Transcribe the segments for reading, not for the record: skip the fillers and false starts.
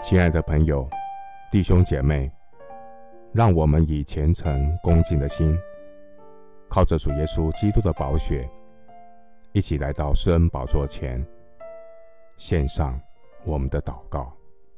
亲爱的朋友、弟兄姐妹，让我们以虔诚恭敬的心，靠着主耶稣基督的宝血，一起来到施恩宝座前，献上我们的祷告。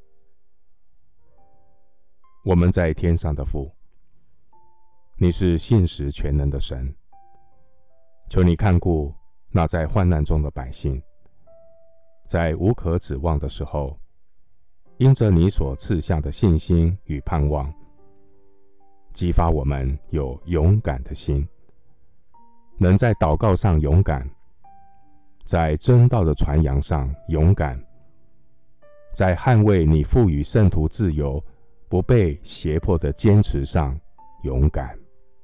我们在天上的父，你是信实全能的神，求你看顾那在患难中的百姓，在无可指望的时候，因着你所赐下的信心与盼望，激发我们有勇敢的心，能在祷告上勇敢，在真道的传扬上勇敢，在捍卫你赋予圣徒自由不被胁迫的坚持上勇敢。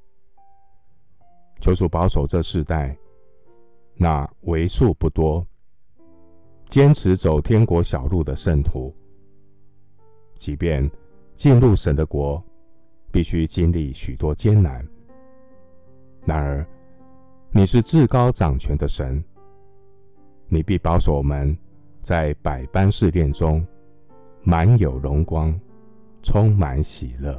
求主保守这世代那为数不多坚持走天国小路的圣徒，即便进入神的国必须经历许多艰难，然而你是至高掌权的神，你必保守我们在百般试炼中满有荣光，充满喜乐。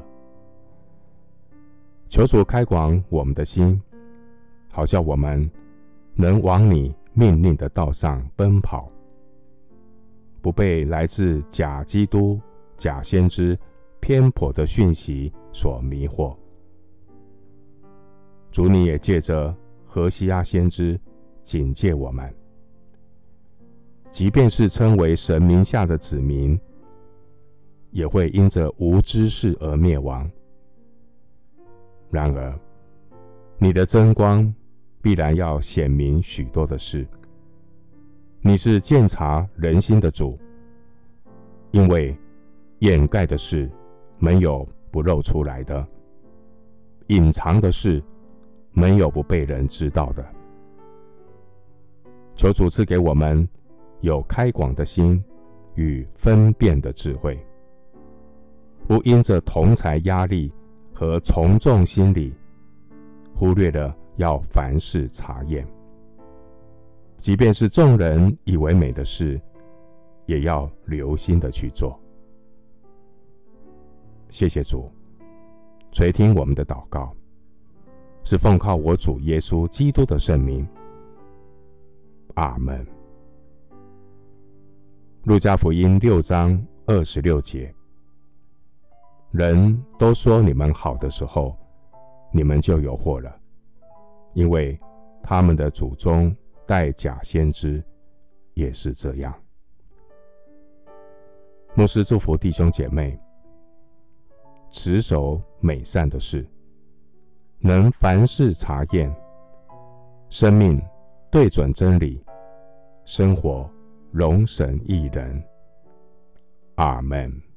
求主开广我们的心，好叫我们能往你命令的道上奔跑，不被来自假基督、假先知偏颇的讯息所迷惑。主，你也借着何西阿先知警戒我们，即便是称为神名下的子民，也会因着无知识而灭亡。然而，你的真光必然要显明许多的事。你是鉴察人心的主，因为掩盖的事没有不露出来的，隐藏的事没有不被人知道的。求主赐给我们有开广的心与分辨的智慧，不因着同侪压力和从众心理，忽略了要凡事查验，即便是众人以为美的事，也要留心的去做。谢谢主，垂听我们的祷告，是奉靠我主耶稣基督的圣名。阿们。路加福音6章26节，人都说你们好的时候，你们就有祸了，因为他们的祖宗代假先知也是这样。牧师祝福弟兄姐妹，持守美善的事，能凡事查验，生命对准真理，生活荣神益人。阿们。